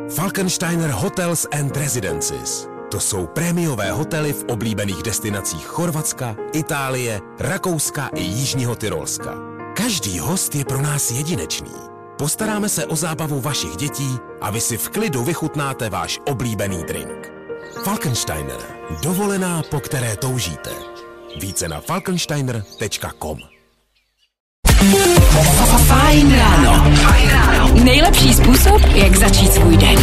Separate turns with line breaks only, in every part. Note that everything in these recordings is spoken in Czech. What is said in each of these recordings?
Falkensteiner Hotels and Residences. To jsou prémiové hotely v oblíbených destinacích Chorvatska, Itálie, Rakouska i Jižního Tyrolska. Každý host je pro nás jedinečný. Postaráme se o zábavu vašich dětí a vy si v klidu vychutnáte váš oblíbený drink. Falkensteiner. Dovolená, po které toužíte. Více na falkensteiner.com.
Fajn ráno. Nejlepší způsob, jak začít svůj den.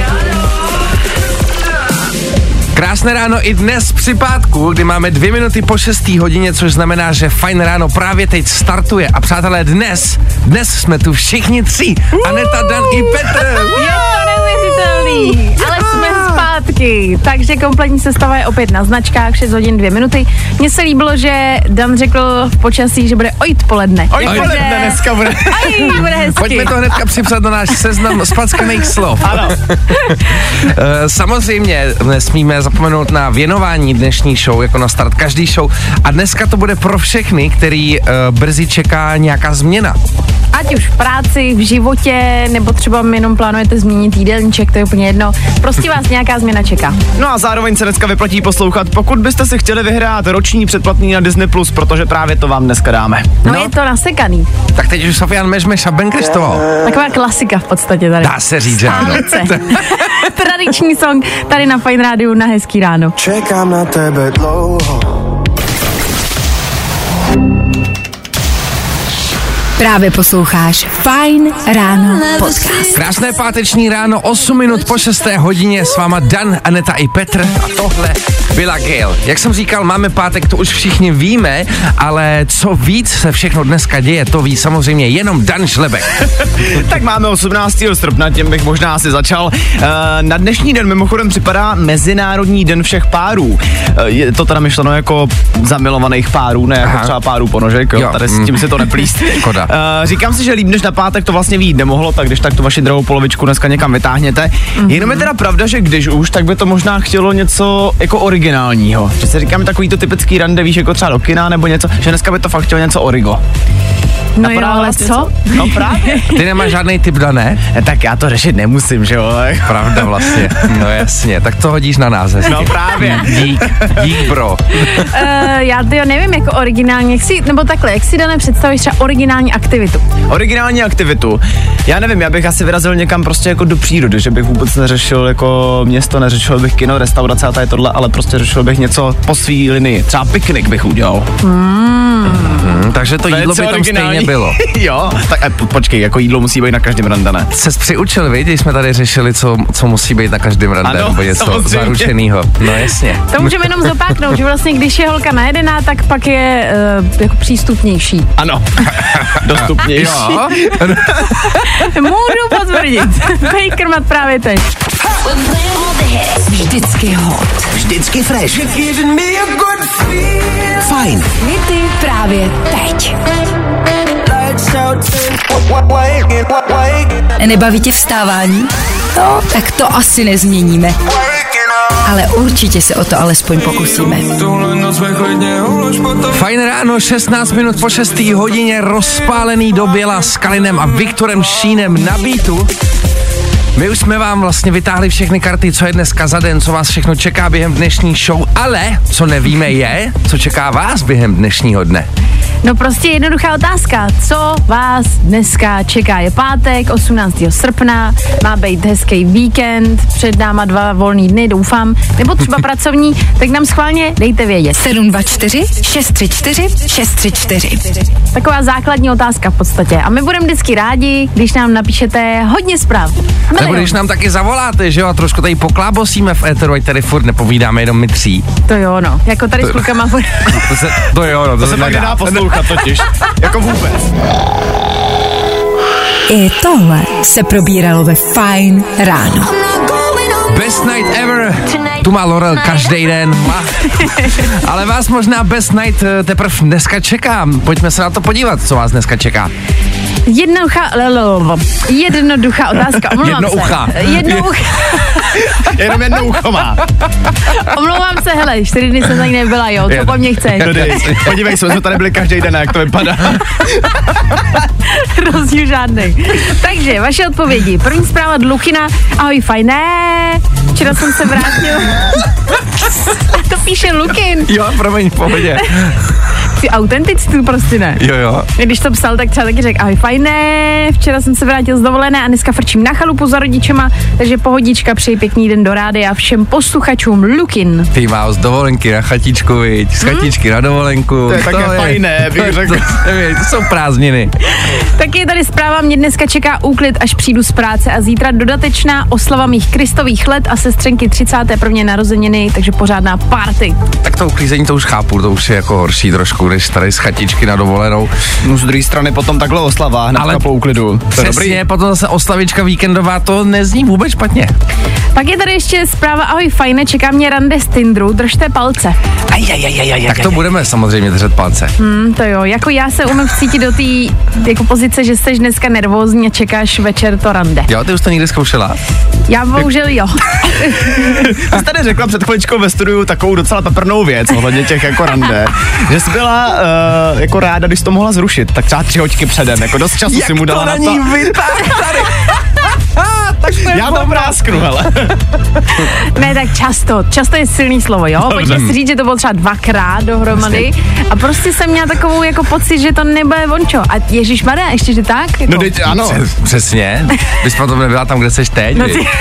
Krásné ráno i dnes při pátku, kdy máme 2 minuty po 6. hodině, což znamená, že Fajn ráno právě teď startuje. A přátelé, dnes jsme tu všichni 3. Aneta, Dan i Petr.
Je to neuvěřitelný, ale jsme zpátky. Takže kompletní sestava je opět na značkách, 6 hodin 2 minuty. Mně se líbilo, že Dan řekl v počasí, že bude ojt poledne.
Ojt poledne dneska bude.
Bude hezky.
Pojďme to hnedka připsat na náš seznam spackaných slov.
Ano.
Samozřejmě nesmíme zapomenout na věnování dnešní show, jako na start každý show. A dneska to bude pro všechny, který brzy čeká nějaká změna.
Ať už v práci, v životě, nebo třeba jenom plánujete změnit jídelníček, to je úplně jedno. Prostě vás nějaká změna čeká.
No a zároveň se dneska vyplatí poslouchat, pokud byste si chtěli vyhrát roční předplatný na Disney+, protože právě to vám dneska dáme.
No je to nasekaný.
Tak teď už Sofian Mežmeš a Ben Kristoval.
Taková klasika v podstatě tady.
Dá se říct, že ano.
Tradiční song tady na Fajn rádiu na hezký ráno.
Čekám na tebe dlouho.
Právě posloucháš Fajn ráno podcast.
Krásné páteční ráno, 8 minut po 6. hodině, s váma Dan, Aneta i Petr a tohle byla Gail. Jak jsem říkal, máme pátek, to už všichni víme, ale co víc se všechno dneska děje, to ví samozřejmě jenom Dan Žlebek.
Tak máme 18. srpna, tím bych možná asi začal. Na dnešní den mimochodem připadá Mezinárodní den všech párů. Je to teda myšleno jako zamilovaných párů, ne jako třeba párů ponožek, jo. Tady s tím si to neplíst.
Škoda.
Říkám si, že líp než na pátek to vlastně vyjít nemohlo, tak když tak tu vaši druhou polovičku dneska někam vytáhněte. Jenom je teda pravda, že když už, tak by to možná chtělo něco jako originálního. Že se říkáme takový to typický rande, víš, jako třeba do kina nebo něco, že dneska by to fakt chtělo něco origo.
No jo, ale co?
No právě.
Ty nemáš žádnej tip, Dané?
Tak já to řešit nemusím, že jo?
Pravda vlastně. No jasně, tak to hodíš na nás hezky.
No právě.
Dík bro.
Já to nevím, jako originálně, jak si Dané představíš třeba originální aktivitu?
Originální aktivitu. Já nevím, já bych asi vyrazil někam prostě jako do přírody, že bych vůbec neřešil jako město, neřešil bych kino, restaurace a tady tohle, ale prostě řešil bych něco po svý linii. Třeba piknik bych udělal.
Takže to jídlo by tam stejně bylo.
Jo, tak počkej, jako jídlo musí být na každém rande, ne?
Ses přiučil, víš, když jsme tady řešili, co musí být na každém rande, nebo něco zaručenýho. No jasně.
To můžeme jenom zopáknout, že vlastně když je holka najedená, tak pak je jako přístupnější.
Ano, dostupnější.
Jo.
Můžu potvrdit. Bakermat právě teď.
Vždycky hot.
Vždycky fresh.
Fajn. Hity právě teď. Nebaví tě vstávání? No, tak to asi nezměníme. Ale určitě se o to alespoň pokusíme.
Fajn ráno, 16 minut po 6. hodině, rozpálený do běla s Kalinem a Viktorem Šínem na beatu. My už jsme vám vlastně vytáhli všechny karty, co je dneska za den, co vás všechno čeká během dnešní show, ale co nevíme je, co čeká vás během dnešního dne.
No prostě jednoduchá otázka, co vás dneska čeká? Je pátek, 18. srpna, má být hezký víkend, před náma 2 volný dny, doufám, nebo třeba pracovní, tak nám schválně dejte vědět.
724 634 634.
Taková základní otázka v podstatě. A my budeme vždycky rádi, když nám napíšete hodně zpráv.
Nebo když nám taky zavoláte, že jo, a trošku tady poklábosíme v éteru, ať tady furt nepovídáme jenom my 3.
To jo, no, jako tady s klukama.
To jo, no,
To se pak nedá poslouchat totiž, jako vůbec.
I tohle se probíralo ve Fajn ráno.
Best night ever, tu má Laurel každý den, ale vás možná best night teprve dneska čeká. Pojďme se na to podívat, co vás dneska čeká.
Jednoduchá otázka, omlouvám se. Jednoucha.
Jenom jedno ucho má.
Omlouvám se, hele, 4 dny jsem tady nebyla, jo, co po mně chceš?
Podívej, jsme tady byli každý den, jak to vypadá.
Rozdíl žádnej. Takže, vaše odpovědi. První zpráva od Luchina. Ahoj, fajné. Včera jsem se vrátil. A to píše Lukin.
Jo, promiň, v pohodě.
Ty autenticitu prostě ne.
Jo.
Když to psal, tak třeba taky řekl, ahoj, fajné. Včera jsem se vrátil z dovolené a dneska frčím na chalupu za rodičema, takže pohodička, přeji pěkný den do rádia všem posluchačům. Lukin.
Ty máš z dovolenky na chatičku, viď? Z chatičky na dovolenku.
To je také fajné, bych řekl.
To jsou prázdniny.
Taky je tady zpráva, mě dneska čeká úklid, až přijdu z práce a zítra dodatečná oslava mých kristových let a sestřenky 31. narozeniny, takže pořádná party.
Tak to uklízení to už chápu, to už je jako horší trošku, než tady z chatičky na dovolenou.
No z druhé strany potom takhle oslava, hnedka po úklidu. To je
přesně,
dobrý.
potom zase oslavička víkendová, to nezní vůbec špatně.
Pak je tady ještě zpráva, ahoj, fajne, čeká mě rande z Tinderu, držte palce.
Tak to budeme samozřejmě držet palce.
To jo, jako já se umím vcítit do té jako pozice, že jsi dneska nervózní a čekáš večer to rande.
Jo, ty už to někdy zkoušela?
Já bohužel jo.
Ty jsi tady řekla před chviličkou ve studiu takovou docela peprnou věc ohledně těch jako rande, že jsi byla jako ráda, když jsi to mohla zrušit, tak třeba 3 hoďky předem, jako dost času si mu dala na to. Já to prásknu, hele.
Ne, tak často je silný slovo, jo? Pojďme si říct, že to bylo třeba 2krát dohromady a prostě jsem měla takovou jako pocit, že to nebude vončo. A ježišmarja, ještě že tak? Jako...
No teď ano.
Přesně, bys potom nebyla tam, kde seš teď.
No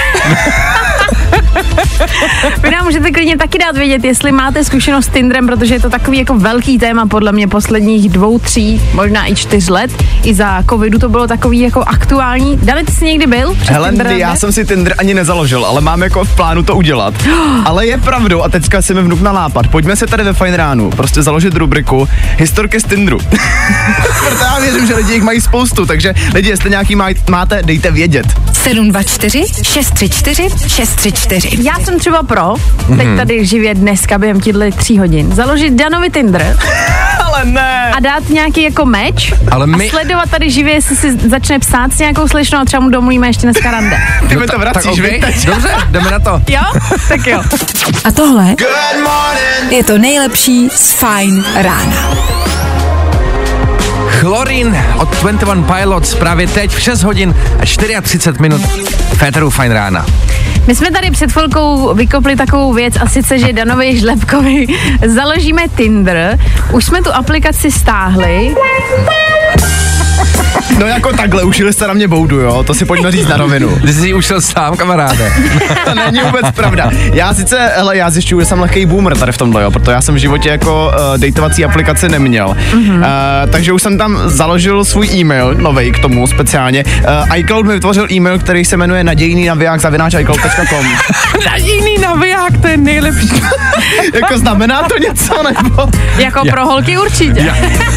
vy nám můžete klidně taky dát vědět, jestli máte zkušenost s Tinderem, protože je to takový jako velký téma podle mě posledních 2, 3, možná i 4 let. I za covidu to bylo takový jako aktuální. Dali, ty jsi někdy byl?
Hele, já jsem si Tinder ani nezaložil, ale mám jako v plánu to udělat. Ale je pravdou a teďka si mi vnuknul nápad. Pojďme se tady ve Fajn ránu prostě založit rubriku Historky z Tinderu. Protože já věřím, že lidi jich mají spoustu, takže lidi, jestli nějaký máte, dejte vědět.
724 634 634.
Já jsem třeba teď tady živě dneska během těchto 3 hodin, založit Danovi Tinder.
Ale ne.
A dát nějaký jako meč a sledovat tady živě, jestli si začne psát s nějakou slečnou a třeba mu domluvíme ještě dneska rande.
Ty mi to vracíš,
okay. Dobře, jdeme na to.
Jo? Tak jo.
A tohle je to nejlepší z Fajn rána.
Chlorin od 21 Pilots právě teď v 6 hodin a 34 minut Féteru Fajn rána.
My jsme tady před chvilkou vykopli takovou věc a sice, že Danovi Žlepkovi založíme Tinder. Už jsme tu aplikaci stáhli.
No jako takhle, ušili jste na mě boudu, jo, to si pojďme říct na rovinu.
Ty jsi ušel sám, kamaráde.
To není vůbec pravda. Já zjišťuju, že jsem lehký boomer tady v tomhle, jo, protože já jsem v životě jako dejtovací aplikaci neměl. Takže už jsem tam založil svůj e-mail, novej k tomu speciálně. iCloud mi vytvořil e-mail, který se jmenuje nadějnýnaviják@icloud.com.
Nadějný naviják, to je nejlepší.
Jako znamená to něco, nebo?
Jako pro holky určitě.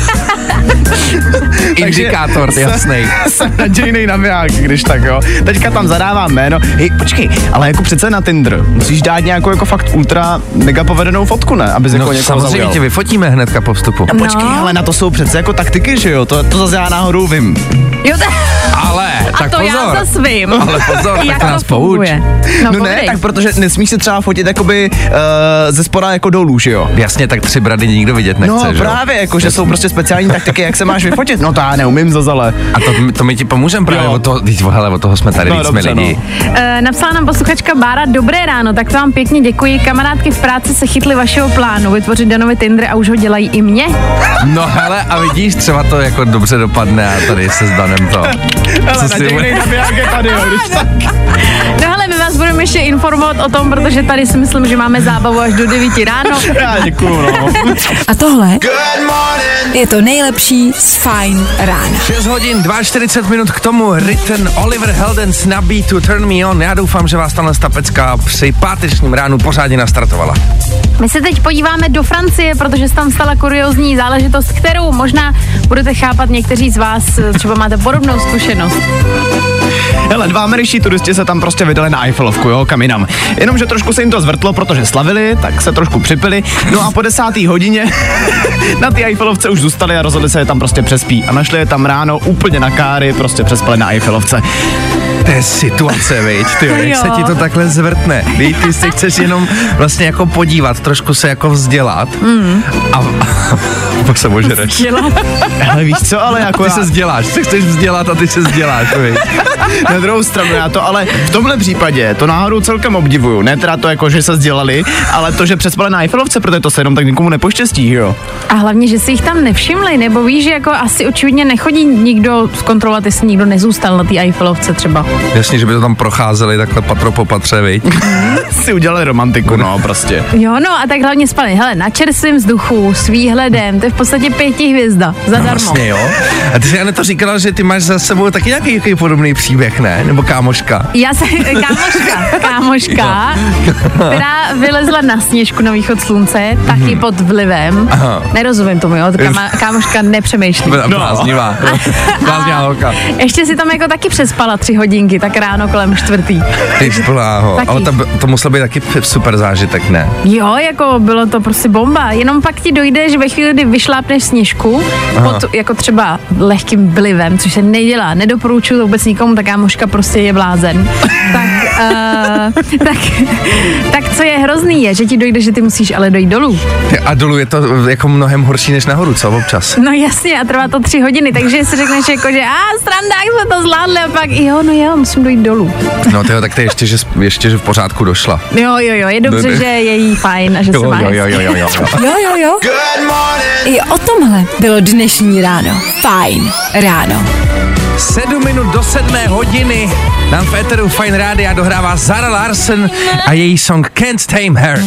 Indikátor, jasnej.
Jsem nadějnej naviják, když tak, jo. Teďka tam zadávám jméno. Hej, počkej, ale jako přece na Tinder musíš dát nějakou jako fakt ultra mega povedenou fotku, ne? Aby jako někoho
samozřejmě
zaujal.
tě vyfotíme hnedka po vstupu.
No počkej, ale na to jsou přece jako taktiky, že jo? To zase já náhodou vím.
Jo,
Ale, tak
to
pozor.
já zase vím.
Ale pozor, tak
Jak
to nás
to
pouč.
funguje?
No ne, tak protože nesmíš se třeba fotit jakoby ze spoda jako dolů, že jo?
Jasně, tak 3 brady nikdo vidět nechce,
No
že?
právě, jako, že jsou prostě speciální taktiky, jak se máš vyfotit. No to já neumím zazale.
A to my ti pomůžeme právě
Jo.
od toho jsme tady,
No,
víc jsme
dobře,
lidi.
Napsala nám posluchačka Bára, dobré ráno, tak to vám pěkně děkuji. Kamarádky v práci se chytly vašeho plánu vytvořit Danovi Tinder a už ho dělají i mě.
No hele, a vidíš, třeba to jako dobře dopadne a tady se s Danem to.
Ale nadějnej naviják je tady, jo, když tak.
No hele, my vás budeme ještě informovat o tom, protože tady si myslím, že máme zábavu až do 9 ráno.
Já děkuju, no.
A tohle je to nejlepší z Fajn rána.
6 hodin, 42 minut k tomu Written Oliver Heldens na beatu Turn Me On. Já doufám, že vás tahle pecka při pátečním ránu pořádně nastartovala.
My se teď podíváme do Francie, protože se tam stala kuriózní záležitost, kterou možná budete chápat někteří z vás, třeba máte podobnou zkušenost.
Hele, 2 američtí turisti se tam prostě vydali na Eiffelovku, jo, kam jinam. Jenomže trošku se jim to zvrtlo, protože slavili, tak se trošku připili. No a po 10. hodině na té Eiffelovce už zůstali a rozhodli se je tam prostě přespí. A našli je tam ráno úplně na káry, prostě přespali na Eiffelovce.
To je situace, viď, tyjo, jak se ti to takhle zvrtne. Ty si chceš jenom vlastně jako podívat, trošku se jako vzdělat a pak se ožereš.
Ale víš co, ale jako
Ty se vzděláš, ty chceš vzdělat a ty se vzděláš, viď.
Na druhou stranu já to, ale v tomhle případě to náhodou celkem obdivuju. Ne teda to jako, že se vzdělali, ale to, že přespali na Eiffelovce, protože to se jenom tak nikomu nepoštěstí, jo.
A hlavně, že si jich tam nevšimli, nebo víš, že jako asi očividně nechodí nikdo zkontrolovat, jestli nikdo nezůstal na té Eiffelovce třeba.
Jasně, že by to tam procházeli takhle patro po patře, viď.
Si udělali romantiku, no prostě.
Jo, no a tak hlavně spali, hele, na čerstvém vzduchu, s výhledem, to je v podstatě 5 hvězda, zadarmo.
No, vlastně jo. A ty si Aneto říkala, že ty máš za sebou taky nějaký podobný příběh, ne? Nebo kámoška?
Já jsem, kámoška, která vylezla na Sněžku na východ slunce, taky pod vlivem.
Aha.
Nerozumím tomu, jo, kámoška nepřemýšlí.
Bláznivá holka.
Ještě si tam jako taky přespala 3 hodinky, tak ráno kolem 4.
Ty bláho, ale to musel být taky super zážitek, ne?
Jo, jako bylo to prostě bomba, jenom pak ti dojde, že ve chvíli, kdy vyšlápneš Sněžku pod jako třeba lehkým vlivem, což se nedělá, nedoporučuju to vůbec nikomu, ta kámoška prostě je blázen. Tak co je hrozný je, že ti dojde, že ty musíš ale dojít dolů.
A dolů je to jako mnohem horší než nahoru, co občas?
No jasně, a trvá to 3 hodiny, takže si řekneš jako, že srandák jsme to zvládli a pak jo, musím dojít dolů.
No tyjo, tak to ještě, že v pořádku došla.
Jo, je dobře, že je jí fajn a že se má
Jo. I o tomhle bylo dnešní ráno. Fajn ráno.
7 minut do 7 hodiny. Nám v éteru Fajn Rádia dohrává Zara Larsson a její song Can't Tame Her.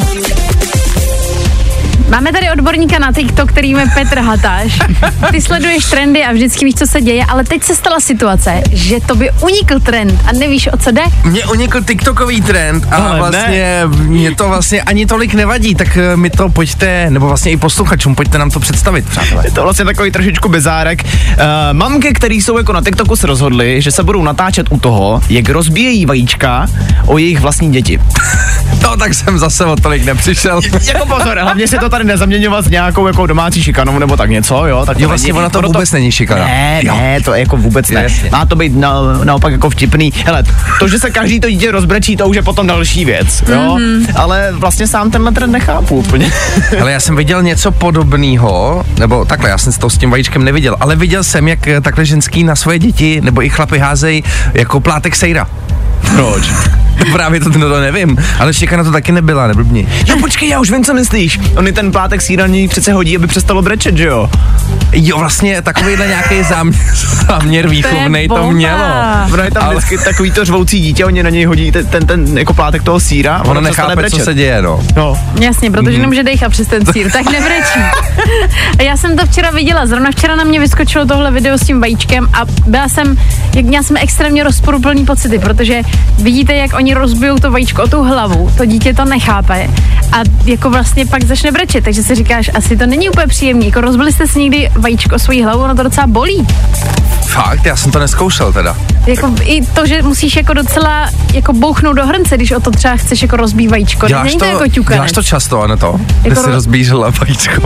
Máme tady odborníka na TikTok, kterým je Petr Hatáš. Ty sleduješ trendy a vždycky víš, co se děje, ale teď se stala situace, že to by unikl trend a nevíš, o co jde?
Mně unikl TikTokový trend a vlastně mě to vlastně ani tolik nevadí, tak mi to pojďte, nebo vlastně i posluchačům, pojďte nám to představit, přátelé.
Je to vlastně takový trošičku bizárek. Mamky, který jsou jako na TikToku, se rozhodly, že se budou natáčet u toho, jak rozbíjejí vajíčka o jejich vlastní děti.
No, tak jsem zase o tolik nepřišel.
Jako pozor, hlavně se to tady nezaměňovat s nějakou jako domácí šikanou nebo tak něco, jo? Tak
jo, vlastně ona to vůbec není šikana.
Ne, to jako vůbec ne.
Jasně.
Má to být naopak jako vtipný. Hele, to, že se každý to dítě rozbrečí, to už je potom další věc, jo? Ale vlastně sám tenhle trend nechápu úplně.
Ale já jsem viděl něco podobného, nebo takhle, já jsem to s tím vajíčkem neviděl, ale viděl jsem, jak takhle ženský na svoje děti, nebo i chlapi házejí jako plátek sejra. Proč? Právě to nevím, ale šikana to taky nebyla, neblbni.
Jo, počkej, já už vím, co myslíš. On ten plátek síraní přece hodí, aby přestalo brečet, že jo?
Jo, vlastně takovýhle nějaký záměr výchovnej to mělo.
Ono je tam vždycky takový to řvoucí dítě, oni na něj hodí ten jako plátek toho síra a ono
nechápe, brečet. Co se děje, no.
Jasně, protože nemůže dejchat přes ten sír, tak nebrečí. A já jsem to včera viděla, zrovna včera na mě vyskočilo tohle video s tím vajíčkem a měla jsem extrémně rozporuplný pocity, protože vidíte, jak oni rozbijou to vajíčko o tu hlavu, to dítě to nechápe a jako vlastně pak začne brečet, takže si říkáš, asi to není úplně příjemný, jako rozbili jste si někdy vajíčko o svou hlavu, ono to docela bolí.
Fakt, já jsem to nezkoušel teda.
Jako i to, že musíš jako docela jako bouchnout do hrnce, když o to třeba chceš jako rozbít vajíčko. Není to jako ťukanec.
Děláš to často, Aneto? Ty si rozbíjíš vajíčko.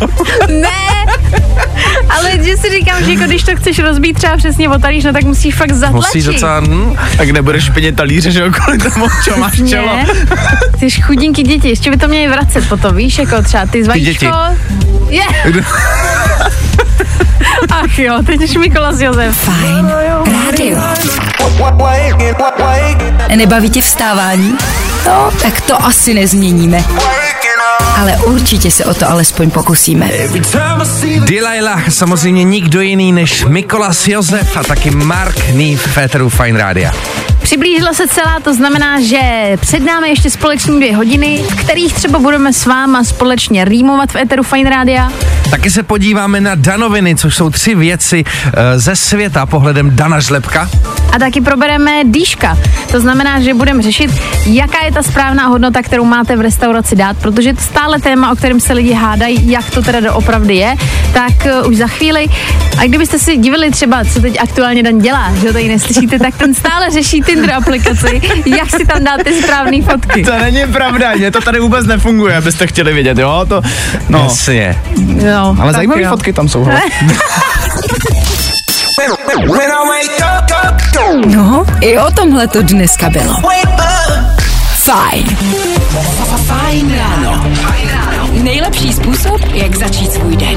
Ne, ale že si říkám, že jako když to chceš rozbít třeba přesně o talíř, no tak musíš fakt zatlačit. Musíš docela,
tak nebudeš špinit talíře, že jo, kvůli tomu, čo máš čelo.
Ty chudinky děti, ještě by to měli vracet potom, víš, jako třeba ty z vajíčko. Ach jo, teď už Mikolas Josef.
Fajn rádio. Nebaví tě vstávání? No, tak to asi nezměníme. Ale určitě se o to alespoň pokusíme.
Delilah, samozřejmě nikdo jiný než Mikolas Josef a taky Mark Neve v éteru Fajn Rádia.
Přiblížila se celá, to znamená, že před námi ještě společní 2 hodiny, v kterých třeba budeme s váma společně rýmovat v éteru Fajn Rádia.
Taky se podíváme na danoviny, což jsou 3 věci ze světa pohledem Dana Žlebka.
A taky probereme dýška. To znamená, že budeme řešit, jaká je ta správná hodnota, kterou máte v restauraci dát, protože je to stále téma, o kterém se lidi hádají, jak to teda doopravdy je, tak už za chvíli. A kdybyste si divili třeba, co teď aktuálně Dan dělá, že ho tady neslyšíte, tak ten stále řeší Tinder aplikaci, jak si tam dát ty správné fotky.
To není pravda, mě to tady vůbec nefunguje, abyste chtěli vidět, jo? To, no.
Jasně.
No,
ale zajímavé fotky tam jsou.
No, I o tomhle to dneska bylo. Fajn. Fajn ráno. Nejlepší způsob, jak začít svůj den.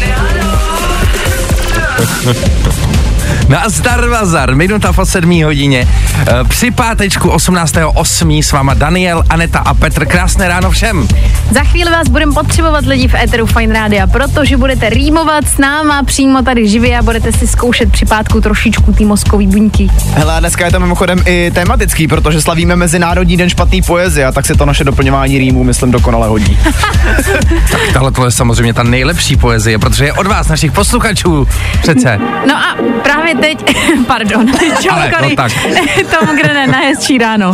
Nazdar Vazar, minuta po 7 hodině. Při pátečku 18.8. s váma Daniel, Aneta a Petr. Krásné ráno všem.
Za chvíli vás budeme potřebovat lidi v éteru Fajn rádia, protože budete rýmovat s náma přímo tady živě a budete si zkoušet při pátku trošičku ty mozkový buňky.
Hele, dneska je to mimochodem i tematický, protože slavíme Mezinárodní den špatný poezie, a tak se to naše doplňování rýmů, myslím, dokonale hodí.
Tak tohle je samozřejmě ta nejlepší poezie, protože je od vás, našich posluchačů, přece.
No a právě teď, pardon,
Ale, no tak.
Tom Grennan na hezčí ráno.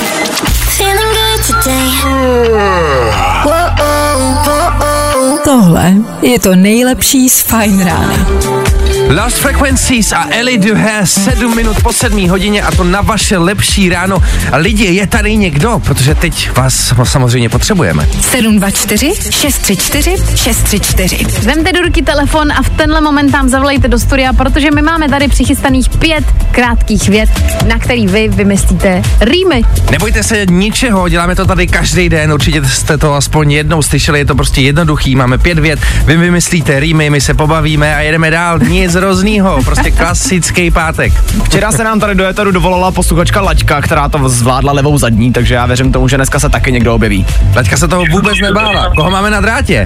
Tohle je to nejlepší z Fajn rána.
Lost Frequencies a Ellie Duhé 7 minut po 7 hodině a to na vaše lepší ráno. A lidi, je tady někdo, protože teď vás samozřejmě potřebujeme.
724 634 634.
Vemte do ruky telefon a v tenhle moment tam zavolejte do studia, protože my máme tady přichystaných 5 krátkých vět, na který vy vymyslíte rýmy.
Nebojte se ničeho, děláme to tady každý den, určitě jste to aspoň jednou slyšeli, je to prostě jednoduchý, máme 5 vět, vy vymyslíte rýmy, my se pobavíme a jedeme dál, nic hroznýho, prostě klasický pátek.
Včera se nám tady do éteru dovolala posluchačka Laďka, která to zvládla levou zadní, takže já věřím tomu, že dneska se taky někdo objeví.
Laďka se toho vůbec nebála. Koho máme na drátě?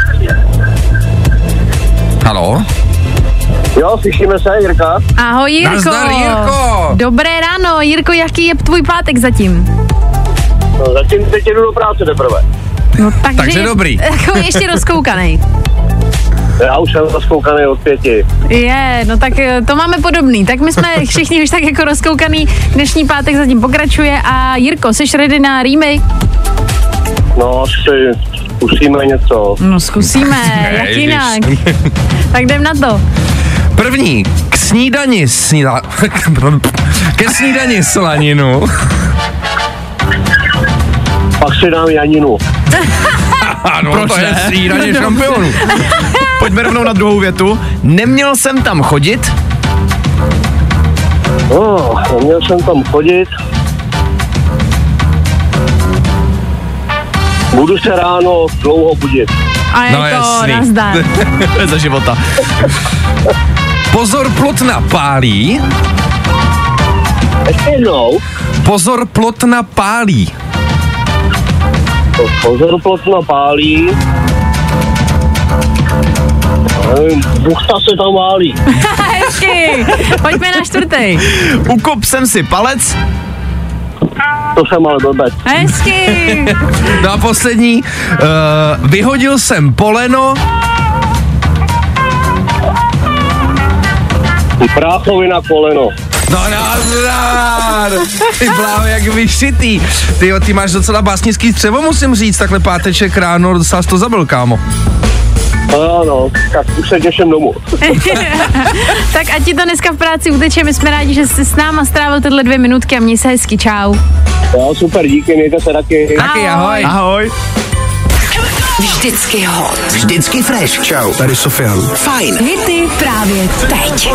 Haló?
Jo, slyšíme se, Jirka.
Ahoj Jirko.
Nazdar, Jirko.
Dobré ráno, Jirko, jaký je tvůj pátek zatím?
No, zatím teď jdu do práce teprve.
No,
Takže dobrý.
Jako ještě rozkoukanej.
Já už jsem rozkoukaný od 5.
No tak to máme podobný. Tak my jsme všichni už tak jako rozkoukaný. Dnešní pátek zatím pokračuje a Jirko, seš ready na rýmy?
No, asi zkusíme něco.
No zkusíme, jak jinak. Tak jdem na to.
První, ke snídani slaninu.
Pak si dám Janinu.
Ano, proč to je snídaně šampionů.
Pojďme rovnou na druhou větu. Neměl jsem tam chodit.
No, neměl jsem tam chodit. Budu se ráno dlouho budit.
A je
no
to
jasný.
nazdar.
Za života.
Pozor, plotna pálí.
Ještě jednou.
Pozor, plotna pálí.
Pozor, plotna pálí. Buchta se tam válí.
Hezky. Pojďme na čtvrtý.
Ukop jsem si palec.
To jsem ale blbec.
Hezky.
No a poslední, vyhodil jsem poleno.
Práchovina koleno.
No nazdar! Ty bláho, jak vyšitý. Ty máš docela básnický střevo, musím říct, takhle páteček ráno, docela jsi to zabil, kámo.
No, tak už se těším domů.
Tak ať ti to dneska v práci uteče, my jsme rádi, že jsi s náma strávil tyhle 2 minutky a měj se hezky, čau.
Jo, super, díky, mějte se taky.
Taky, ahoj.
Ahoj.
Vždycky hot.
Vždycky fresh. Čau, tady Sofian. Fajn.
Hity právě teď.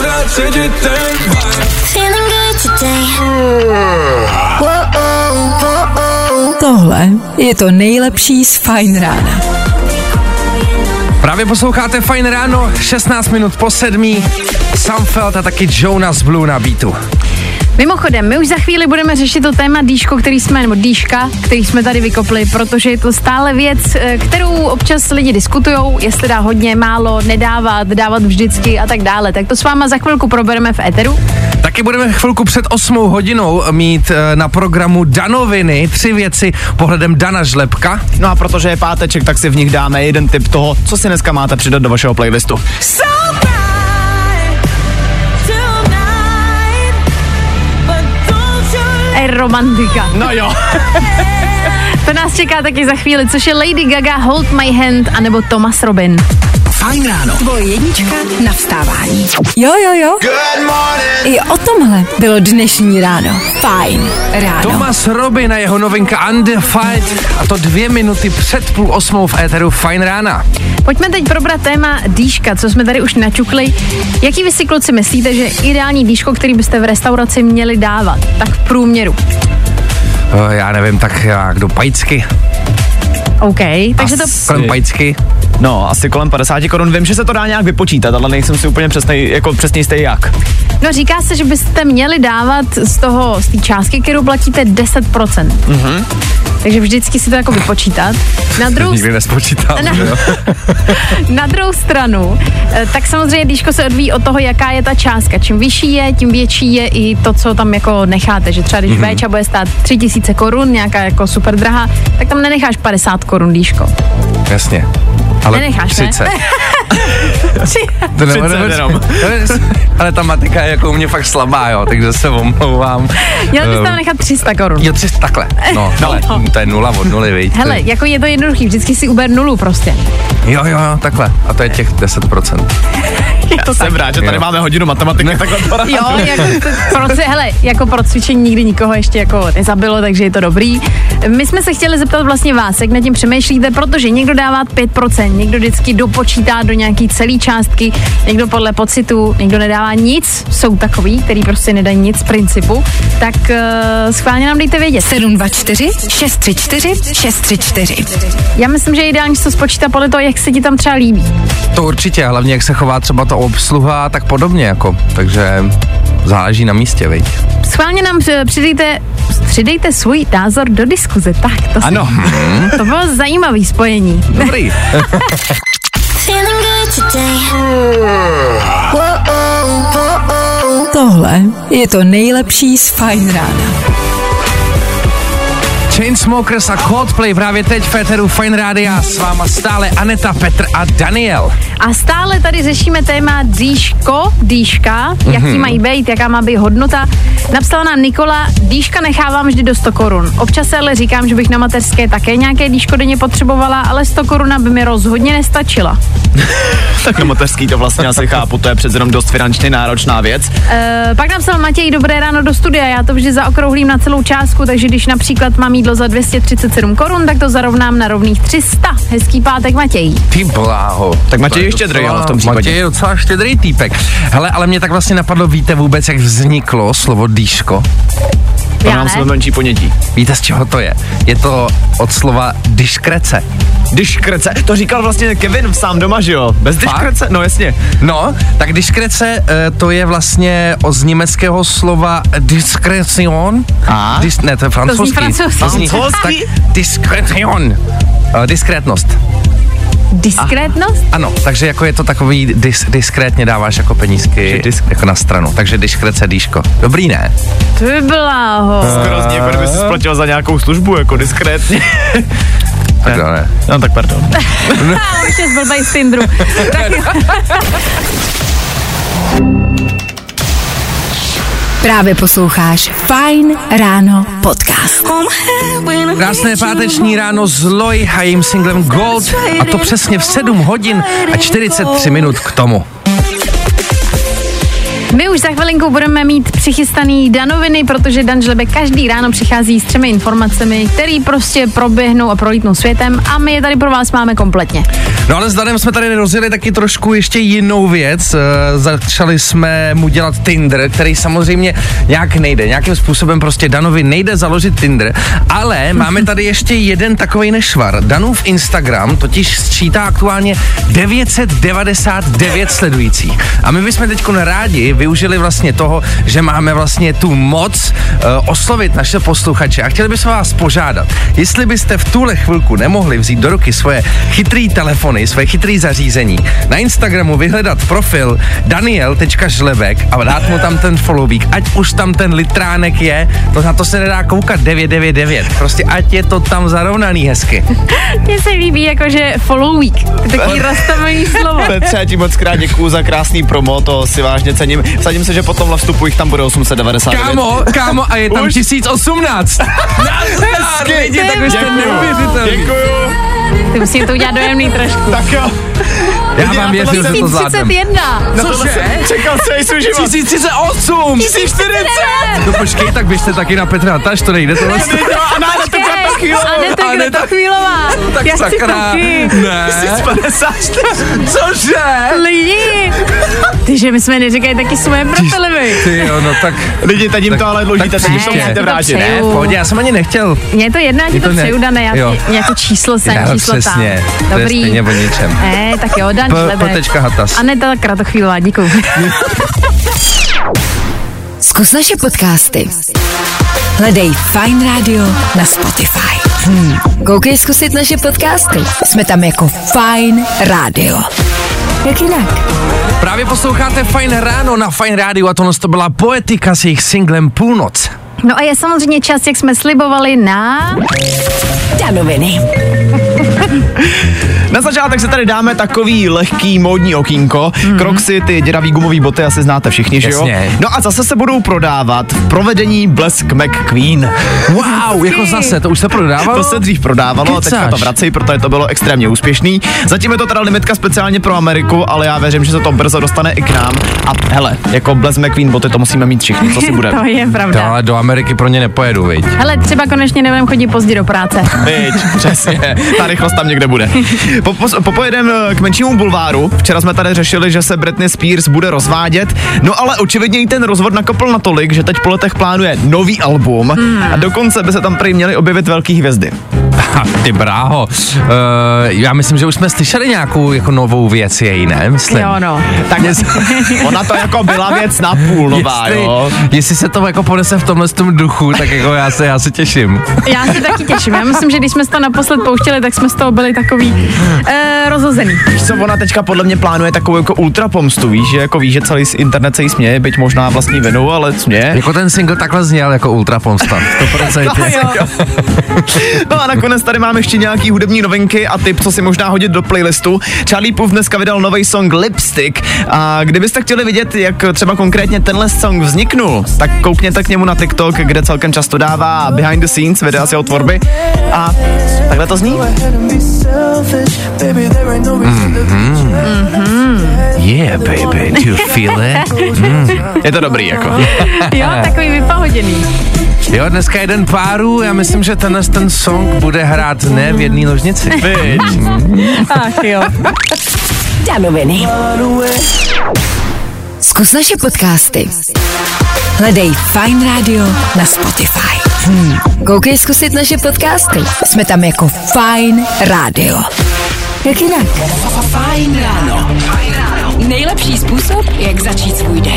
Tohle je to nejlepší z Fajn rána.
Právě posloucháte Fajn ráno, 16 minut po 7. Samfeld a taky Jonas Blue na beatu.
Mimochodem, my už za chvíli budeme řešit to téma dýška, který jsme tady vykopli, protože je to stále věc, kterou občas lidi diskutujou, jestli dá hodně, málo, nedávat, dávat vždycky a tak dále. Tak to s váma za chvilku probereme v éteru.
Taky budeme chvilku před 8 hodinou mít na programu Danoviny 3 věci pohledem Dana Žlepka.
No a protože je páteček, tak si v nich dáme jeden tip toho, co si dneska máte přidat do vašeho playlistu.
Romantika.
No jo.
To nás čeká taky za chvíli, což je Lady Gaga, Hold My Hand, anebo Thomas Robin.
Fajn ráno.
Tvoje jednička na vstávání. Jo. I o tomhle bylo dnešní ráno. Fajn ráno.
Thomas Robin a jeho novinka Undefined, a to 2 minuty před 7:30 v éteru Fajn rána.
Pojďme teď probrat téma dýška, co jsme tady už načukli. Jaký vy si, kluci, myslíte, že ideální dýško, který byste v restauraci měli dávat? Tak v průměru.
Já nevím, tak jak do pajcky.
OK, takže to...
Kolem pajcky.
No, asi kolem 50 korun. Vím, že se to dá nějak vypočítat, ale nejsem si úplně přesně jistý jak.
No, říká se, že byste měli dávat z té částky, kterou platíte, 10%. Mm-hmm. Takže vždycky si to jako vypočítat.
Nikdy nespočítám.
Na druhou stranu, tak samozřejmě dýško se odvíjí od toho, jaká je ta částka. Čím vyšší je, tím větší je i to, co tam jako necháte. Že třeba když véča bude stát 3000 korun, nějaká jako super drahá, tak tam nenecháš 50 korun dýško.
Jasně. Ale
nenecháš,
30.
Ne?
Ale ta matika je jako u mě fakt slabá, jo, takže se omlouvám.
Měl bys tam nechat 300 korun.
Jo, 300, takhle. No, ale to je 0 od 0, viď.
Hele, jako je to jednoduchý, vždycky si uber 0 prostě.
Jo, takhle. A to je těch 10%.
Já jsem rád, že tady máme hodinu matematiky, takhle to
Jo, jako pro cvičení nikdy nikoho ještě jako nezabilo, takže je to dobrý. My jsme se chtěli zeptat vlastně vás, jak nad tím přemýšlíte, protože někdo dává 5%, někdo vždycky dopočítá do nějaký celý částky, někdo podle pocitu, někdo nedává nic, jsou takový, který prostě nedají nic z principu, tak schválně nám dejte vědět.
724 634 634.
Já myslím, že je ideální to spočítat podle toho, jak se ti tam třeba líbí.
To určitě, hlavně jak se chová třeba ta obsluha a tak podobně, jako, takže záleží na místě, viď.
Schválně nám přidejte svůj názor do diskuze, tak to
ano.
To bylo zajímavý spojení.
Dobrý.
Tohle je to nejlepší z Fajn rána.
Chainsmokers a Coldplay právě teď v éteru Fajn rádia, s váma stále Aneta, Petr a Daniel.
A stále tady řešíme téma dýška, jaký mají být, jaká má být hodnota. Napsala nám Nikola, dýška nechávám vždy do 100 korun. Občas se ale říkám, že bych na mateřské také nějaké dýško denně potřebovala, ale 100 koruna by mi rozhodně nestačila.
Tak na mateřský to vlastně asi chápu, to je přece jenom dost finančně náročná věc.
Pak napsal Matěj, dobré ráno do studia, já to vždy zaokrouhlím na celou částku, takže když například mám jídlo za 237 korun, tak to zarovnám na rovných 300. Hezký pátek, Matěj.
Ty bláho.
Tak Matěj je štědrý, ale v tom případě.
Matěj je docela štědrý týpek. Hele, ale mě tak vlastně napadlo, víte vůbec, jak vzniklo slovo dýško?
To mám své menší ponětí.
Víte, z čeho to je? Je to od slova diskrece.
Diskrece, to říkal vlastně Kevin sám doma, že jo? Bez diskrece? No jasně.
No, tak diskrece, to je vlastně z německého slova diskrecion. Ne, to je francouzský.
To zní
tak diskrecion. Diskrétnost.
Diskrétnost?
Ano, takže jako je to takový diskrétně dáváš jako penízky jako na stranu, takže diskrece dýško. Dobrý, ne?
To by bláho.
Skoro zní, jako kdyby si splatil za nějakou službu, jako diskrétně.
Tak ne.
No tak pardon.
Už je zblbej z Tinderu.
Právě posloucháš Fajn ráno podcast.
Krásné páteční ráno s Loj a jejím singlem Gold, a to přesně v 7 hodin a 43 minut k tomu.
My už za chvilinku budeme mít přichystaný danoviny, protože Dan Žlebek každý ráno přichází s 3 informacemi, které prostě proběhnou a prolítnou světem, a my je tady pro vás máme kompletně.
No ale s Danem jsme tady rozjeli taky trošku ještě jinou věc. Začali jsme mu dělat Tinder, který samozřejmě nějak nejde. Nějakým způsobem prostě Danovi nejde založit Tinder, ale máme tady ještě jeden takovej nešvar. Danův Instagram totiž sčítá aktuálně 999 sledujících. A my bychom teďko rádi využili vlastně toho, že máme vlastně tu moc oslovit naše posluchače, a chtěli bychom vás požádat, jestli byste v tuhle chvilku nemohli vzít do ruky svoje chytrý telefony, svoje chytrý zařízení, na Instagramu vyhledat profil daniel.žlebek a dát mu tam ten followík, ať už tam ten litránek je, to na to se nedá koukat 999, prostě ať je to tam zarovnaný hezky.
Mně se líbí jakože followík, takový rozstavený slovo.
Petře, já ti moc krát děkuju za krásný promo, to si vážně cením. Vsadím se, že po tomhle vstupu jich tam bude 899.
Kámo, a je tam 1018.
Hezky,
lidi, tak už to neuvěřitelný.
Děkuju.
Ty musím to udělat dojemný trošku.
Tak jo.
Já vám věřím, že to zvládnem.
1031.
Cože?
Čekal celý svůj život.
1038.
1040.
No počkej, tak běžte taky na Petra Taš, to nejde tohle.
Aneta Kratochvílová.
Tak
Já chci
sakra.
taky.
Ne.
1054.
Cože?
Lidi. Tyže my jsme neříkají taky svoje profily, vy.
Ty jo, no tak.
Lidi, teď jim to ale dlužíte,
tak
takže to
příště.
musíte vrátit.
Ne,
V pohodě, já jsem ani nechtěl.
Mně je to jedno, já ti
Je
to
to ne-
přeju, Dane, já
jo.
ti jako číslo sem,
Já,
číslo
přesně,
tam.
to je
Dobrý.
stejně o ničem.
Ne, tak jo, Dan Žlebek.
Potečka Hatas.
Aneta Kratochvílová, děkuju.
Zkus naše podcasty. Hledej Fine Radio na Spotify. Koukej zkusit naše podcasty. Jsme tam jako Fine Radio. Jak jinak?
Právě posloucháte Fajn ráno na Fajn rádiu a tohle to byla Poetika s jejich singlem Půlnoc.
No a je samozřejmě čas, jak jsme slibovali na...
Danoviny.
Na začátek se tady dáme takový lehký módní okýnko. Crocsy, ty děravý gumový boty asi znáte všichni, že jo?
Jasně.
No a zase se budou prodávat v provedení Blesk McQueen.
Wow, jako zase, to už se prodávalo?
To se dřív prodávalo, a teďka to vracejí, protože to bylo extrémně úspěšný. Zatím je to teda limitka speciálně pro Ameriku, ale já věřím, že se to brzo dostane i k nám. A hele, jako Blesk McQueen boty to musíme mít všichni, co si budeme.
To je pravda.
Ale do Ameriky pro ně nepojedu, viď?
Hele, třeba konečně nebudem chodit pozdě do práce.
Viď, přesně, ta rychlost tam někde bude. Popojedem k menšímu bulváru. Včera jsme tady řešili, že se Britney Spears bude rozvádět, no ale očividně jí ten rozvod nakopl natolik, že teď po letech plánuje nový album a dokonce by se tam prý měly objevit velký hvězdy.
Ty bráho, já myslím, že už jsme slyšeli nějakou jako novou věc její, ne? Myslím.
Jo, no.
Tak ona to jako byla věc na půl nová, jo.
Jestli se to jako ponese v tomhle tom duchu, tak jako já se těším.
Já se taky těším. Já myslím, že když jsme to naposled pouštěli, tak jsme z toho byli takový rozhozený.
Víš co, ona teďka podle mě plánuje takovou jako ultra pomstu, víš, že jako ví, že celý internet se jí směje, byť možná vlastní vinou, ale směje.
Jako ten single takhle zněl jako ultra pomsta. 100%.
No a nakonec tady máme ještě nějaký hudební novinky a tip, co si možná hodit do playlistu. Charlie Puth dneska vydal nový song Lipstick a kdybyste chtěli vidět, jak třeba konkrétně tenhle song vzniknul, tak koukněte k němu na TikTok, kde celkem často dává behind the scenes videa z jeho tvorby a takhle to zní.
Yeah, baby, do you feel it?
Je to dobrý, jako.
Jo, takový vypahoděný.
Jo, dneska jeden páru, já myslím, že ten song bude hrát ne v jedné ložnici.
Ach jo.
Danoviny. Zkus naše podcasty. Hledej Fine Radio na Spotify. Koukej zkusit naše podcasty. Jsme tam jako Fine Radio. Jak jinak? Fajn ráno. Nejlepší způsob, jak začít svůj den.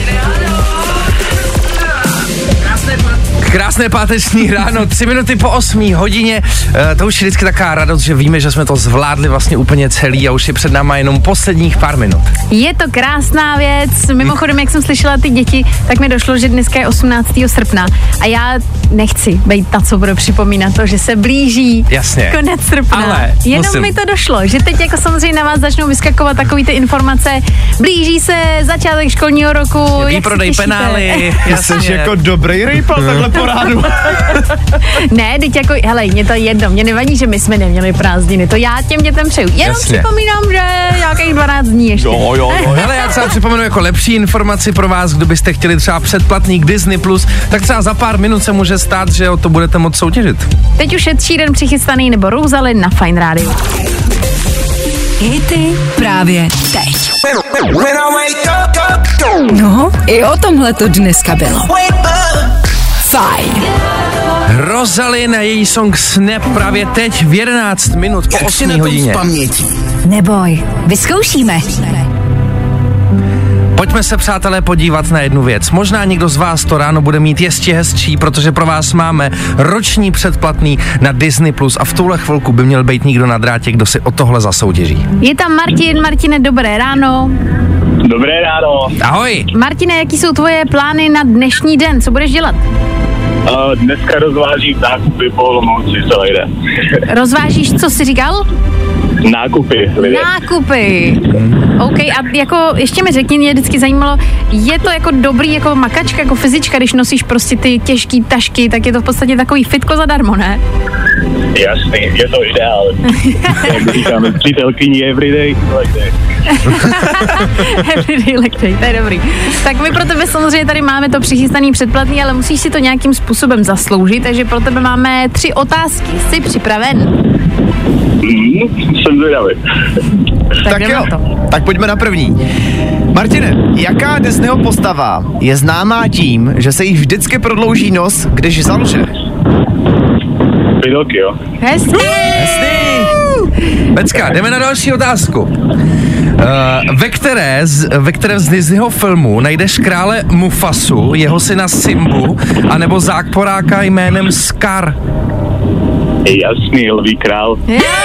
Krásné páteční ráno, 3 minuty po 8 hodině, to už je vždycky taková radost, že víme, že jsme to zvládli vlastně úplně celý a už je před náma jenom posledních pár minut.
Je to krásná věc. Mimochodem, jak jsem slyšela ty děti, tak mi došlo, že dneska je 18. srpna a já nechci být ta, co bude připomínat to, že se blíží
Jasně.
konec srpna.
Ale
jenom
musím.
mi to došlo, že teď jako samozřejmě na vás začnou vyskakovat takový ty informace. Blíží se začátek školního roku.
Výprodej penály.
Jsi jako dobrý rejpal takhle po rádu.
Ne, teď jako, hele, mě to jedno, mě nevadí, že my jsme neměli prázdniny, to já těm dětem přeju. Jenom
Jasně.
připomínám, že nějakých 12 dní ještě.
Jo.
Hele, já třeba připomenu jako lepší informaci pro vás, kdo byste chtěli třeba předplatný k Disney+, tak třeba za pár minut se může stát, že o to budete moct soutěžit.
Teď už je tříden přichystaný nebo Rouzali na Fine Radio.
Hity právě teď. No, i o tomhle to dneska bylo. Fajn.
Rosalie a její song Snap právě teď v 11 minut po 8 hodině.
Neboj, vyzkoušíme.
Pojďme se, přátelé, podívat na jednu věc. Možná někdo z vás to ráno bude mít ještě hezčí, protože pro vás máme roční předplatný na Disney+, a v tuhle chvilku by měl být někdo na drátě, kdo si o tohle zasoutěží.
Je tam Martin. Martine, dobré ráno.
Dobré ráno.
Ahoj!
Martine, jaký jsou tvoje plány na dnešní den? Co budeš dělat?
Dneska rozvážím nákupy po Olomouci celý den.
Rozvážíš, co jsi říkal?
Nákupy, lidé.
Nákupy. OK, a jako ještě mi řekni, mě vždycky zajímalo, je to jako dobrý jako makačka, jako fyzička, když nosíš prostě ty těžký tašky, tak je to v podstatě takový fitko zadarmo, ne?
Jasný, je to ideál. Jak říkáme, přítelkyní everyday like day.
Everyday like day, to je dobrý. Tak my pro tebe samozřejmě tady máme to přichystaný předplatný, ale musíš si to nějakým způsobem zasloužit, takže pro tebe máme 3 otázky. Jsi připraven?
Jsem zvědavý.
Tak jo, tak pojďme na první. Martine, jaká Disneyho postava je známá tím, že se jí vždycky prodlouží nos, když zalže?
Pinokio.
Hezky!
Pecka, jdeme na další otázku. Ve kterém z Disneyho filmu najdeš krále Mufasu, jeho syna Simbu, anebo záporáka jménem Scar?
Jasný, Lví král.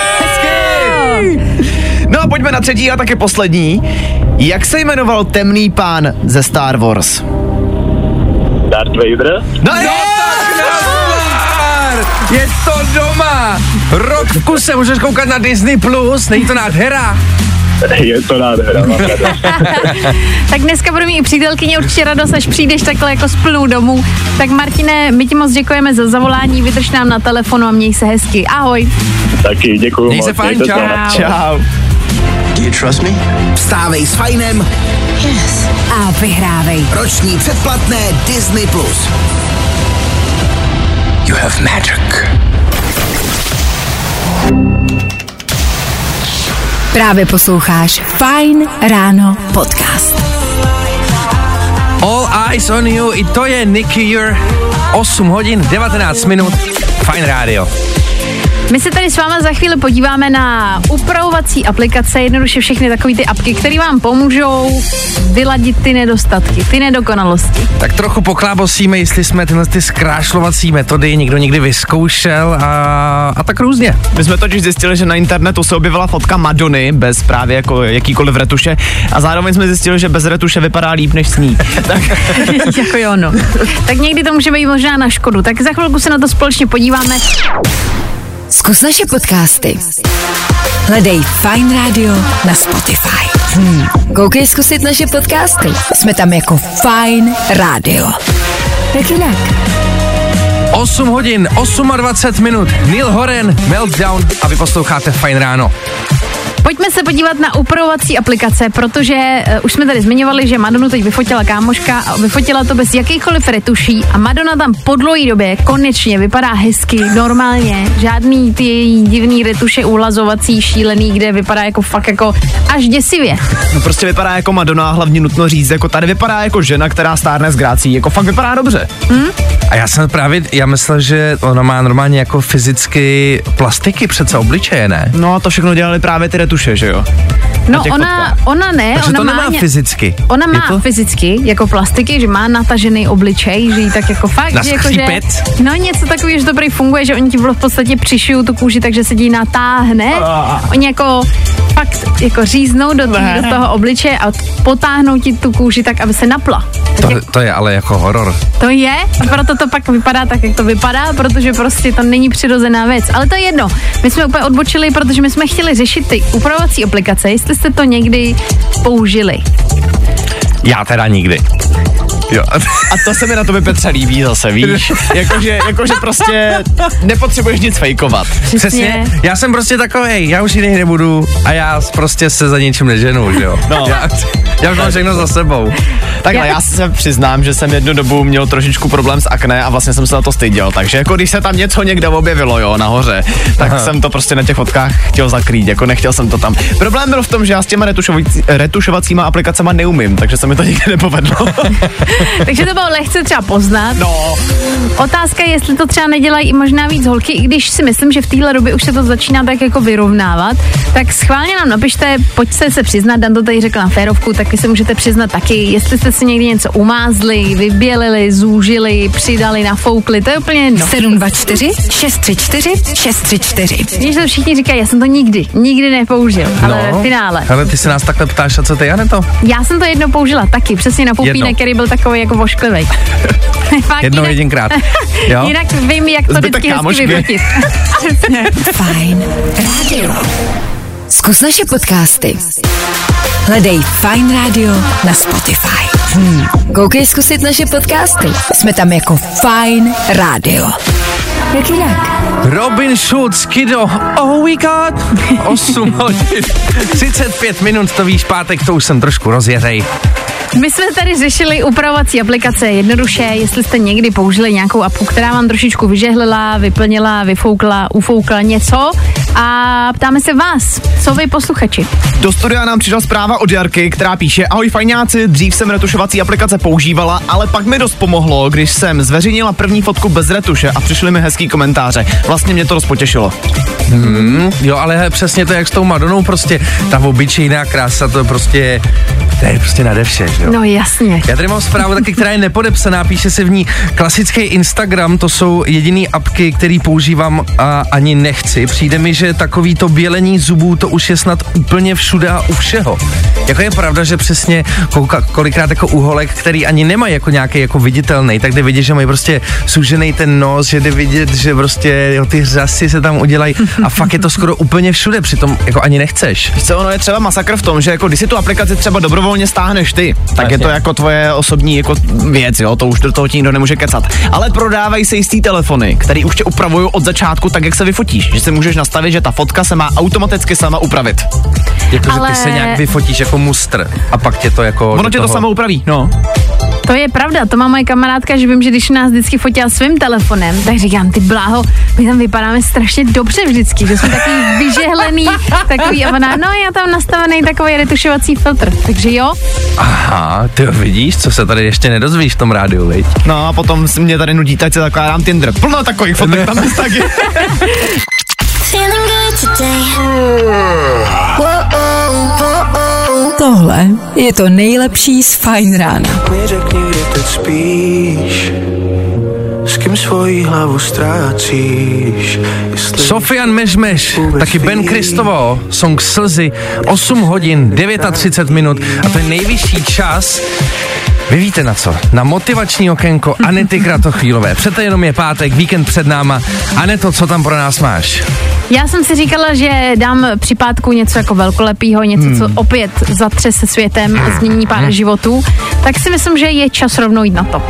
No a pojďme na třetí a taky poslední. Jak se jmenoval temný pán ze Star Wars?
Darth Vader.
No
Jo, tak nazdar! Je to doma! Rok v kuse, můžeš koukat na Disney+, není to nádhera?
Je to nádhera, mám radost.
Tak dneska budu mít i přítelkyně určitě radost, až přijdeš takhle jako s plnou domů. Tak Martine, my ti moc děkujeme za zavolání, vydrž nám na telefonu a měj se hezky. Ahoj.
Taky děkuju
Měj
moc.
se fajn,
Mějte
čau.
Čau.
Do you trust me? Vstávej s Fajnem.
Yes. A vyhrávej.
Roční předplatné Disney+. You have magic.
Právě posloucháš Fajn ráno podcast.
All Eyes on You, i to je Nicky Year, 8 hodin, 19 minut, Fajn rádio.
My se tady s váma za chvíli podíváme na upravovací aplikace, jednoduše všechny takový ty apky, které vám pomůžou vyladit ty nedostatky, ty nedokonalosti.
Tak trochu poklábosíme, jestli jsme tyhle ty zkrášlovací metody někdo někdy vyzkoušel a tak různě.
My jsme totiž zjistili, že na internetu se objevila fotka Madony bez právě jako jakýkoliv retuše a zároveň jsme zjistili, že bez retuše vypadá líp než s ní. Tak
Jako jo, no. Tak někdy to může být možná na škodu, tak za chvilku se na to společně podíváme.
Zkus naše podcasty. Hledej Fajn rádio na Spotify. Koukej zkusit naše podcasty. Jsme tam jako Fajn rádio. Jak jinak?
8 hodin, 28 minut, Neil Horan, Meltdown a vy posloucháte Fajn ráno.
Pojďme se podívat na upravovací aplikace, protože už jsme tady zmiňovali, že Madonu teď vyfotila kámoška a vyfotila to bez jakýchkoliv retuší a Madonna tam po dlouhé době konečně vypadá hezky, normálně, žádný ty její divný retuše uhlazovací, šílený, kde vypadá jako fakt jako až děsivě.
no prostě vypadá jako Madonna, hlavně nutno říct, jako tady vypadá jako žena, která stárne s grácí, jako fakt vypadá dobře.
A já myslel, že ona má normálně jako fyzicky plastiky přece obličeje, ne?
No a to všechno dělali právě ty retuše, že jo?
No ona ne,
Takže
ona
to nemá fyzicky.
Ona
Je
má
to?
fyzicky, jako plastiky, že má natažený obličej, že jí tak jako fakt,
Na
že jako, že,
skřípec?
no něco takového, že to prý funguje, že oni ti v podstatě přišijou tu kůži, takže se ti natáhne. Oni jako fakt jako říznou do toho obličeje a potáhnou ti tu kůži tak, aby se napla.
To je ale jako horor.
To je, a proto to pak vypadá tak, jak to vypadá, protože prostě to není přirozená věc. Ale to je jedno. My jsme úplně odbočili, protože my jsme chtěli řešit ty upravovací aplikace, jestli jste to někdy použili.
Já teda nikdy. Jo.
A to se mi na tobě, Petře, líbí zase, víš? Jakože prostě nepotřebuješ nic fejkovat.
Přesně. Já jsem prostě takovej, já už jiný nebudu a já prostě se za ničím neženu, že jo.
No.
Já už mám všechno za sebou.
Takhle, já se přiznám, že jsem jednu dobu měl trošičku problém s akné a vlastně jsem se na to styděl, takže jako když se tam něco někde objevilo, jo, nahoře, tak jsem to prostě na těch fotkách chtěl zakrýt, jako nechtěl jsem to tam. Problém byl v tom, že já s těma retušovacíma aplikacema neumím, takže se mi to nikdy nepovedlo.
Takže to bylo lehce třeba poznat.
No.
Otázka je, jestli to třeba nedělají i možná víc holky, i když si myslím, že v téhle době už se to začíná tak jako vyrovnávat. Tak schválně nám napište, pojďte se přiznat, Dan to tady řekl na férovku, taky se můžete přiznat taky, jestli jste si někdy něco umázli, vybělili, zúžili, přidali, nafoukli, to je úplně jedno.
724 634 634.
Když to všichni říkají, já jsem to nikdy nepoužil, ale ve finále.
Ale ty se nás takhle ptáš, a co ty, Aneto?
Já jsem to jednou použila taky, přesně na pupínek, který byl takový jako vošklivý.
Jednou jedinkrát. Jo?
Jinak vím, jak to
Zbytek
vždycky hezky
kámošky.
vyfotit.
Fajn rádio. Zkus naše podcasty. Hledej Fajn rádio na Spotify. Koukej zkusit naše podcasty. Jsme tam jako Fajn rádio. Jak jinak?
Robin Schulz, Kiddo, oh we got 8 hodin, 35 minut, to víš, pátek, to už jsem trošku rozjeřej.
My jsme tady řešili upravovací aplikace jednoduše, jestli jste někdy použili nějakou apku, která vám trošičku vyžehlila, vyplnila, vyfoukla, ufoukla něco a ptáme se vás, co vy posluchači.
Do studia nám přišla zpráva od Jarky, která píše: ahoj fajňáci, dřív jsem retušovací aplikace používala, ale pak mi dost pomohlo, když jsem zveřejnila první fotku bez retuše a přišly mi hezký komentáře. Vlastně mě to dost potěšilo.
Jo, ale přesně to jak s tou Madonou, prostě ta obyčejná krása, to je prostě nade vše, jo.
No jasně.
Já tady mám zprávu taky, která je nepodepsaná, píše se v ní klasický Instagram, to jsou jediný apky, který používám a ani nechci. Přijde mi, že takový to bělení zubů, to už je snad úplně všude a u všeho. Jako je pravda, že přesně kolikrát jako uholek, který ani nemají jako nějaký jako viditelný, tak jde vidět, že mají prostě sužený ten nos, že jde vidět, že prostě jo, ty řasy se tam udělají a fakt je to skoro úplně všude, přitom jako ani nechceš.
Víš co, ono je třeba masakr v tom, že jako když si tu aplikaci třeba dobrovolně stáhneš ty, tak je to jako tvoje osobní jako věc, jo, to už do toho ti nikdo nemůže kecat. Ale prodávají se jistý telefony, který už tě upravují od začátku tak, jak se vyfotíš, že si můžeš nastavit, že ta fotka se má automaticky sama upravit.
Jako, že ty se nějak vyfotíš jako mustr a pak tě to jako...
Ono tě to samo upraví, no.
To je pravda, to má moje kamarádka, že vím, že když nás vždycky fotila svým telefonem, tak říkám, ty bláho, my tam vypadáme strašně dobře vždycky, že jsme takový vyžehlený, takový a ona, no já tam nastavený takový retušovací filtr, takže jo.
Aha, ty vidíš, co se tady ještě nedozvíš v tom rádiu, viď?
No a potom mě tady nudí, tak se zakládám Tinder, plno takových fotek tam jest taky.
Tohle je to nejlepší z Fajn rána.
S kým svoji hlavu ztrácíš.
Sofian Mežmeš, taky Ben Kristovo, song Slzy, 8 hodin, 39 minut a to je nejvyšší čas. Vy víte na co? Na motivační okénko Anety Kratochvílové. Přece jenom je pátek, víkend před náma. Aneto, co tam pro nás máš?
Já jsem si říkala, že dám při pátku něco jako velkolepýho, něco, co opět zatřese světem a změní pár životů, tak si myslím, že je čas rovnou jít na to.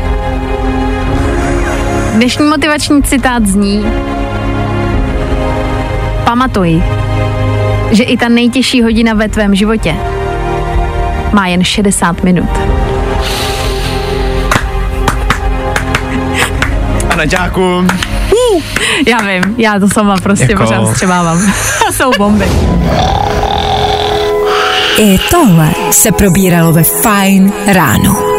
Dnešní motivační citát zní: pamatuj, že i ta nejtěžší hodina ve tvém životě má jen 60 minut.
Anaťáku.
Já vím, já to sama prostě
jako...
pořád střebávám. Jsou bomby.
I tohle se probíralo ve Fajn ráno.